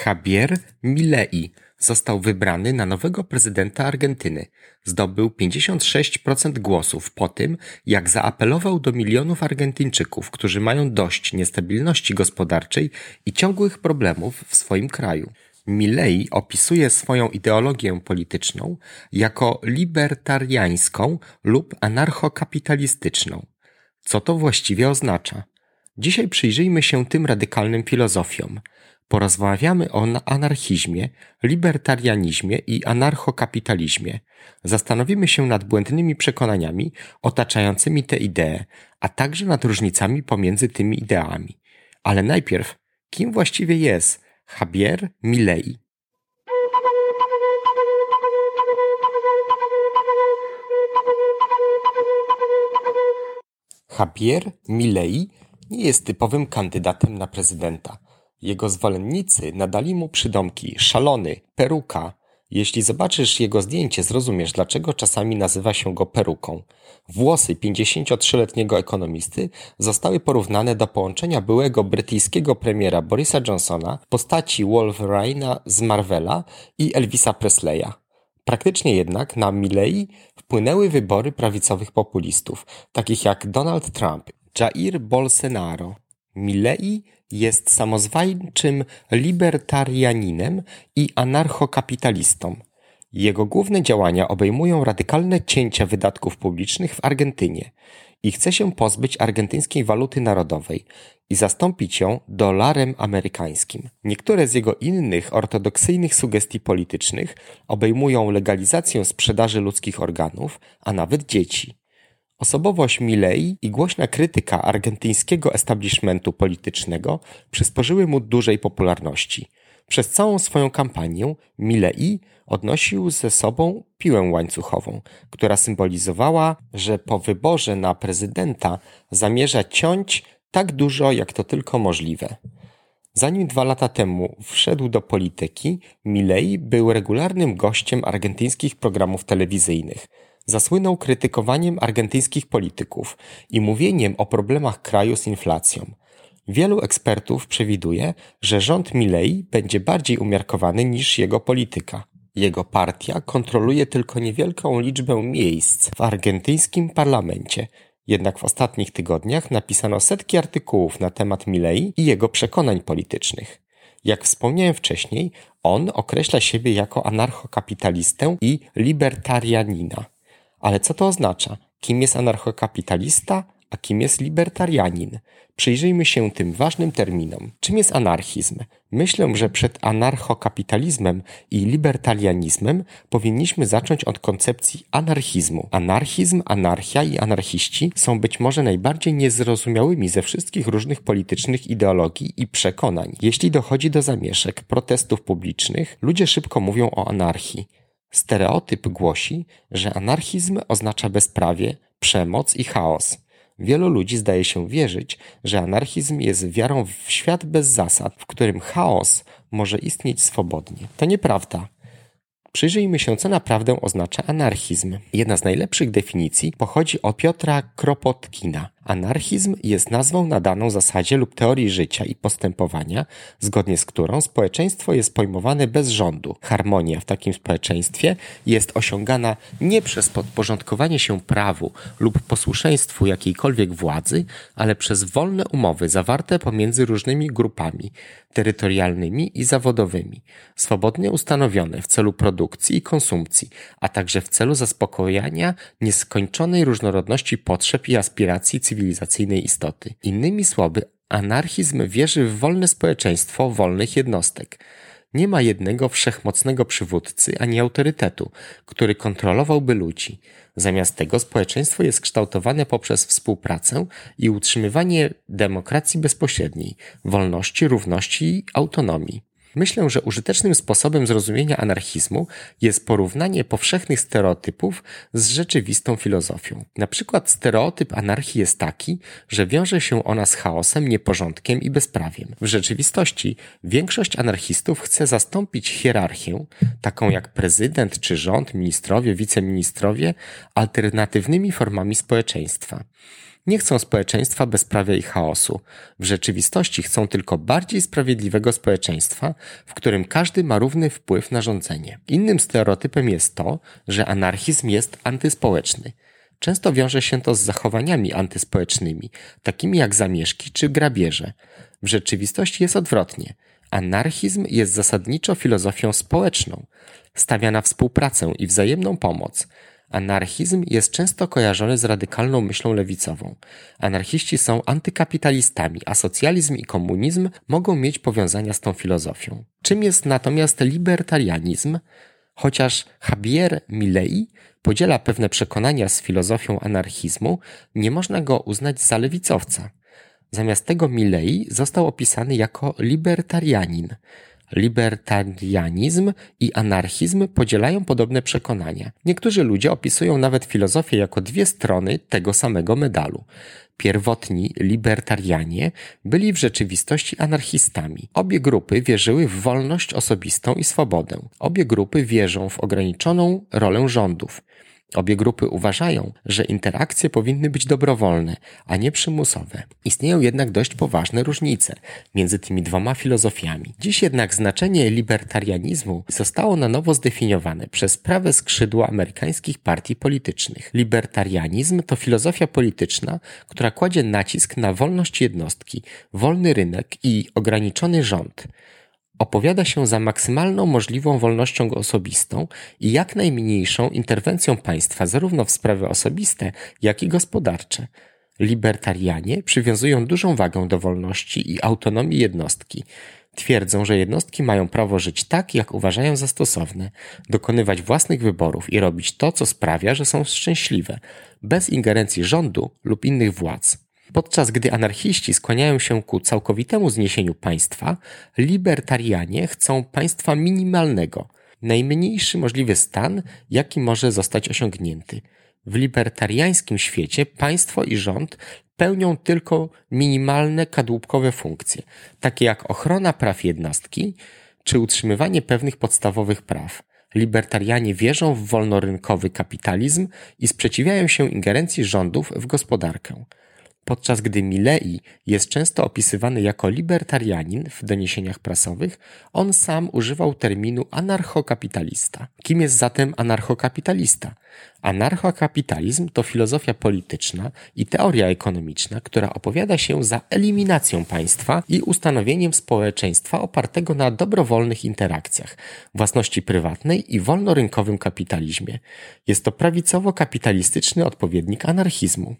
Javier Milei został wybrany na nowego prezydenta Argentyny. Zdobył 56% głosów po tym, jak zaapelował do milionów Argentyńczyków, którzy mają dość niestabilności gospodarczej i ciągłych problemów w swoim kraju. Milei opisuje swoją ideologię polityczną jako libertariańską lub anarchokapitalistyczną. Co to właściwie oznacza? Dzisiaj przyjrzyjmy się tym radykalnym filozofiom. Porozmawiamy o anarchizmie, libertarianizmie i anarchokapitalizmie. Zastanowimy się nad błędnymi przekonaniami otaczającymi te idee, a także nad różnicami pomiędzy tymi ideami. Ale najpierw, kim właściwie jest Javier Milei? Javier Milei nie jest typowym kandydatem na prezydenta. Jego zwolennicy nadali mu przydomki szalony, peruka. Jeśli zobaczysz jego zdjęcie, zrozumiesz, dlaczego czasami nazywa się go peruką. Włosy 53-letniego ekonomisty zostały porównane do połączenia byłego brytyjskiego premiera Borisa Johnsona w postaci Wolverina z Marvela i Elvisa Presleya. Praktycznie jednak na Milei wpłynęły wybory prawicowych populistów, takich jak Donald Trump, Jair Bolsonaro. Milei jest samozwańczym libertarianinem i anarchokapitalistą. Jego główne działania obejmują radykalne cięcia wydatków publicznych w Argentynie i chce się pozbyć argentyńskiej waluty narodowej i zastąpić ją dolarem amerykańskim. Niektóre z jego innych ortodoksyjnych sugestii politycznych obejmują legalizację sprzedaży ludzkich organów, a nawet dzieci. Osobowość Milei i głośna krytyka argentyńskiego establishmentu politycznego przysporzyły mu dużej popularności. Przez całą swoją kampanię Milei odnosił ze sobą piłę łańcuchową, która symbolizowała, że po wyborze na prezydenta zamierza ciąć tak dużo, jak to tylko możliwe. Zanim 2 lata temu wszedł do polityki, Milei był regularnym gościem argentyńskich programów telewizyjnych. Zasłynął krytykowaniem argentyńskich polityków i mówieniem o problemach kraju z inflacją. Wielu ekspertów przewiduje, że rząd Milei będzie bardziej umiarkowany niż jego polityka. Jego partia kontroluje tylko niewielką liczbę miejsc w argentyńskim parlamencie. Jednak w ostatnich tygodniach napisano setki artykułów na temat Milei i jego przekonań politycznych. Jak wspomniałem wcześniej, on określa siebie jako anarchokapitalistę i libertarianina. Ale co to oznacza? Kim jest anarchokapitalista, a kim jest libertarianin? Przyjrzyjmy się tym ważnym terminom. Czym jest anarchizm? Myślę, że przed anarchokapitalizmem i libertarianizmem powinniśmy zacząć od koncepcji anarchizmu. Anarchizm, anarchia i anarchiści są być może najbardziej niezrozumiałymi ze wszystkich różnych politycznych ideologii i przekonań. Jeśli dochodzi do zamieszek, protestów publicznych, ludzie szybko mówią o anarchii. Stereotyp głosi, że anarchizm oznacza bezprawie, przemoc i chaos. Wielu ludzi zdaje się wierzyć, że anarchizm jest wiarą w świat bez zasad, w którym chaos może istnieć swobodnie. To nieprawda. Przyjrzyjmy się, co naprawdę oznacza anarchizm. Jedna z najlepszych definicji pochodzi od Piotra Kropotkina. Anarchizm jest nazwą nadaną zasadzie lub teorii życia i postępowania, zgodnie z którą społeczeństwo jest pojmowane bez rządu. Harmonia w takim społeczeństwie jest osiągana nie przez podporządkowanie się prawu lub posłuszeństwu jakiejkolwiek władzy, ale przez wolne umowy zawarte pomiędzy różnymi grupami terytorialnymi i zawodowymi, swobodnie ustanowione w celu produkcji i konsumpcji, a także w celu zaspokojenia nieskończonej różnorodności potrzeb i aspiracji cywilizacyjnej istoty. Innymi słowy, anarchizm wierzy w wolne społeczeństwo wolnych jednostek. Nie ma jednego wszechmocnego przywódcy ani autorytetu, który kontrolowałby ludzi. Zamiast tego społeczeństwo jest kształtowane poprzez współpracę i utrzymywanie demokracji bezpośredniej, wolności, równości i autonomii. Myślę, że użytecznym sposobem zrozumienia anarchizmu jest porównanie powszechnych stereotypów z rzeczywistą filozofią. Na przykład stereotyp anarchii jest taki, że wiąże się ona z chaosem, nieporządkiem i bezprawiem. W rzeczywistości większość anarchistów chce zastąpić hierarchię, taką jak prezydent czy rząd, ministrowie, wiceministrowie, alternatywnymi formami społeczeństwa. Nie chcą społeczeństwa bezprawia i chaosu. W rzeczywistości chcą tylko bardziej sprawiedliwego społeczeństwa, w którym każdy ma równy wpływ na rządzenie. Innym stereotypem jest to, że anarchizm jest antyspołeczny. Często wiąże się to z zachowaniami antyspołecznymi, takimi jak zamieszki czy grabieże. W rzeczywistości jest odwrotnie. Anarchizm jest zasadniczo filozofią społeczną. Stawia na współpracę i wzajemną pomoc. Anarchizm jest często kojarzony z radykalną myślą lewicową. Anarchiści są antykapitalistami, a socjalizm i komunizm mogą mieć powiązania z tą filozofią. Czym jest natomiast libertarianizm? Chociaż Javier Milei podziela pewne przekonania z filozofią anarchizmu, nie można go uznać za lewicowca. Zamiast tego Milei został opisany jako libertarianin. Libertarianizm i anarchizm podzielają podobne przekonania. Niektórzy ludzie opisują nawet filozofię jako dwie strony tego samego medalu. Pierwotni libertarianie byli w rzeczywistości anarchistami. Obie grupy wierzyły w wolność osobistą i swobodę. Obie grupy wierzą w ograniczoną rolę rządów. Obie grupy uważają, że interakcje powinny być dobrowolne, a nie przymusowe. Istnieją jednak dość poważne różnice między tymi dwoma filozofiami. Dziś jednak znaczenie libertarianizmu zostało na nowo zdefiniowane przez prawe skrzydła amerykańskich partii politycznych. Libertarianizm to filozofia polityczna, która kładzie nacisk na wolność jednostki, wolny rynek i ograniczony rząd. Opowiada się za maksymalną możliwą wolnością osobistą i jak najmniejszą interwencją państwa zarówno w sprawy osobiste, jak i gospodarcze. Libertarianie przywiązują dużą wagę do wolności i autonomii jednostki. Twierdzą, że jednostki mają prawo żyć tak, jak uważają za stosowne, dokonywać własnych wyborów i robić to, co sprawia, że są szczęśliwe, bez ingerencji rządu lub innych władz. Podczas gdy anarchiści skłaniają się ku całkowitemu zniesieniu państwa, libertarianie chcą państwa minimalnego, najmniejszy możliwy stan, jaki może zostać osiągnięty. W libertariańskim świecie państwo i rząd pełnią tylko minimalne kadłubkowe funkcje, takie jak ochrona praw jednostki czy utrzymywanie pewnych podstawowych praw. Libertarianie wierzą w wolnorynkowy kapitalizm i sprzeciwiają się ingerencji rządów w gospodarkę. Podczas gdy Milei jest często opisywany jako libertarianin w doniesieniach prasowych, on sam używał terminu anarchokapitalista. Kim jest zatem anarchokapitalista? Anarchokapitalizm to filozofia polityczna i teoria ekonomiczna, która opowiada się za eliminacją państwa i ustanowieniem społeczeństwa opartego na dobrowolnych interakcjach, własności prywatnej i wolnorynkowym kapitalizmie. Jest to prawicowo-kapitalistyczny odpowiednik anarchizmu.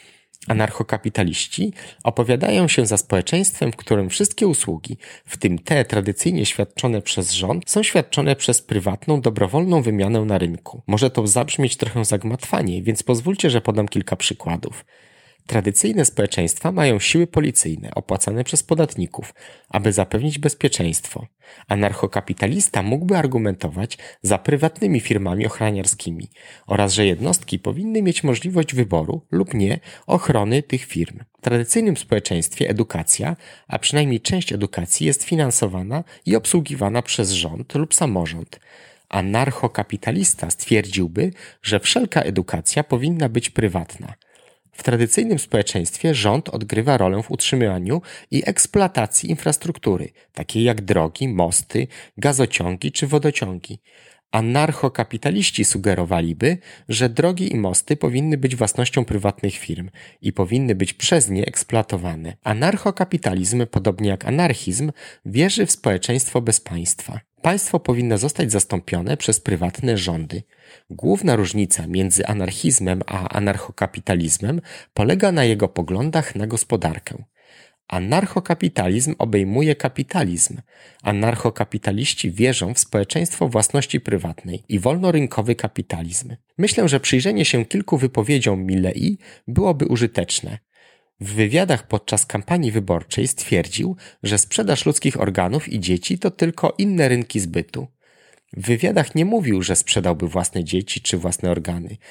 Anarchokapitaliści opowiadają się za społeczeństwem, w którym wszystkie usługi, w tym te tradycyjnie świadczone przez rząd, są świadczone przez prywatną, dobrowolną wymianę na rynku. Może to zabrzmieć trochę zagmatwanie, więc pozwólcie, że podam kilka przykładów. Tradycyjne społeczeństwa mają siły policyjne opłacane przez podatników, aby zapewnić bezpieczeństwo. Anarchokapitalista mógłby argumentować za prywatnymi firmami ochroniarskimi oraz że jednostki powinny mieć możliwość wyboru lub nie ochrony tych firm. W tradycyjnym społeczeństwie edukacja, a przynajmniej część edukacji jest finansowana i obsługiwana przez rząd lub samorząd. Anarchokapitalista stwierdziłby, że wszelka edukacja powinna być prywatna. W tradycyjnym społeczeństwie rząd odgrywa rolę w utrzymywaniu i eksploatacji infrastruktury, takiej jak drogi, mosty, gazociągi czy wodociągi. Anarchokapitaliści sugerowaliby, że drogi i mosty powinny być własnością prywatnych firm i powinny być przez nie eksploatowane. Anarchokapitalizm, podobnie jak anarchizm, wierzy w społeczeństwo bez państwa. Państwo powinno zostać zastąpione przez prywatne rządy. Główna różnica między anarchizmem a anarchokapitalizmem polega na jego poglądach na gospodarkę. Anarchokapitalizm obejmuje kapitalizm. Anarchokapitaliści wierzą w społeczeństwo własności prywatnej i wolnorynkowy kapitalizm. Myślę, że przyjrzenie się kilku wypowiedziom Milei byłoby użyteczne. W wywiadach podczas kampanii wyborczej stwierdził, że sprzedaż ludzkich organów i dzieci to tylko inne rynki zbytu. W wywiadach nie mówił, że sprzedałby własne dzieci czy własne organy,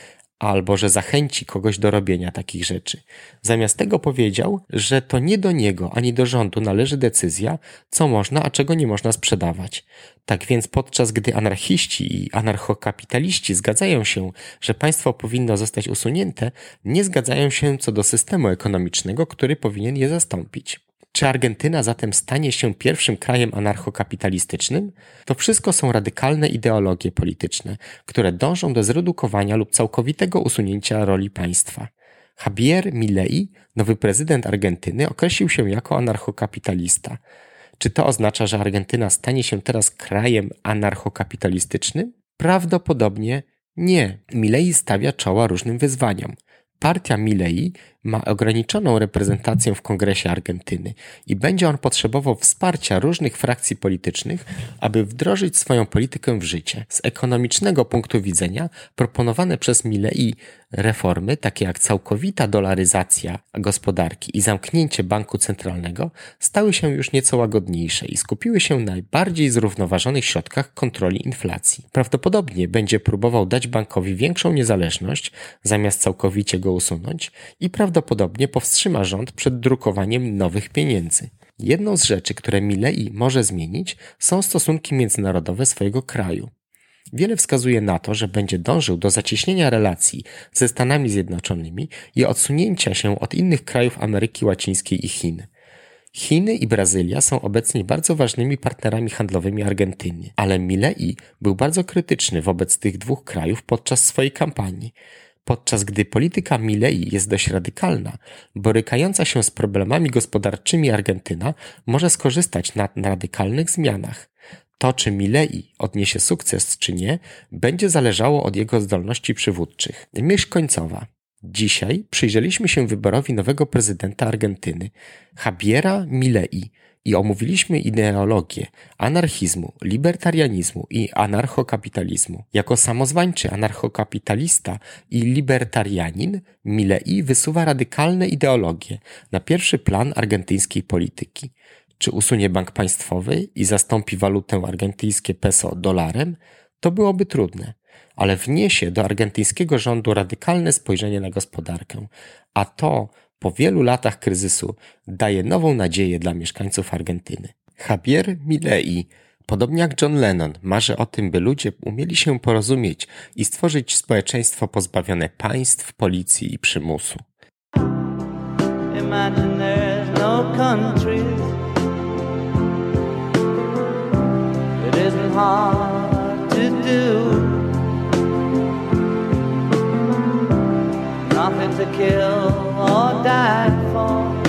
albo że zachęci kogoś do robienia takich rzeczy. Zamiast tego powiedział, że to nie do niego ani do rządu należy decyzja, co można, a czego nie można sprzedawać. Tak więc podczas gdy anarchiści i anarchokapitaliści zgadzają się, że państwo powinno zostać usunięte, nie zgadzają się co do systemu ekonomicznego, który powinien je zastąpić. Czy Argentyna zatem stanie się pierwszym krajem anarchokapitalistycznym? To wszystko są radykalne ideologie polityczne, które dążą do zredukowania lub całkowitego usunięcia roli państwa. Javier Milei, nowy prezydent Argentyny, określił się jako anarchokapitalista. Czy to oznacza, że Argentyna stanie się teraz krajem anarchokapitalistycznym? Prawdopodobnie nie. Milei stawia czoła różnym wyzwaniom. Partia Milei ma ograniczoną reprezentację w Kongresie Argentyny i będzie on potrzebował wsparcia różnych frakcji politycznych, aby wdrożyć swoją politykę w życie. Z ekonomicznego punktu widzenia proponowane przez Milei reformy, takie jak całkowita dolaryzacja gospodarki i zamknięcie banku centralnego, stały się już nieco łagodniejsze i skupiły się na najbardziej zrównoważonych środkach kontroli inflacji. Prawdopodobnie będzie próbował dać bankowi większą niezależność, zamiast całkowicie go usunąć i prawdopodobnie powstrzyma rząd przed drukowaniem nowych pieniędzy. Jedną z rzeczy, które Milei może zmienić, są stosunki międzynarodowe swojego kraju. Wiele wskazuje na to, że będzie dążył do zacieśnienia relacji ze Stanami Zjednoczonymi i odsunięcia się od innych krajów Ameryki Łacińskiej i Chin. Chiny i Brazylia są obecnie bardzo ważnymi partnerami handlowymi Argentyny, ale Milei był bardzo krytyczny wobec tych dwóch krajów podczas swojej kampanii. Podczas gdy polityka Milei jest dość radykalna, borykająca się z problemami gospodarczymi Argentyna może skorzystać na radykalnych zmianach. To, czy Milei odniesie sukces, czy nie, będzie zależało od jego zdolności przywódczych. Myśl końcowa. Dzisiaj przyjrzeliśmy się wyborowi nowego prezydenta Argentyny, Javiera Milei, i omówiliśmy ideologię anarchizmu, libertarianizmu i anarchokapitalizmu. Jako samozwańczy anarchokapitalista i libertarianin, Milei wysuwa radykalne ideologie na pierwszy plan argentyńskiej polityki. Czy usunie bank państwowy i zastąpi walutę argentyńskie peso dolarem? To byłoby trudne, ale wniesie do argentyńskiego rządu radykalne spojrzenie na gospodarkę, a to po wielu latach kryzysu daje nową nadzieję dla mieszkańców Argentyny. Javier Milei, podobnie jak John Lennon, marzy o tym, by ludzie umieli się porozumieć i stworzyć społeczeństwo pozbawione państw, policji i przymusu. Imagine there's no countries. It isn't hard to do. Nothing to kill or die for.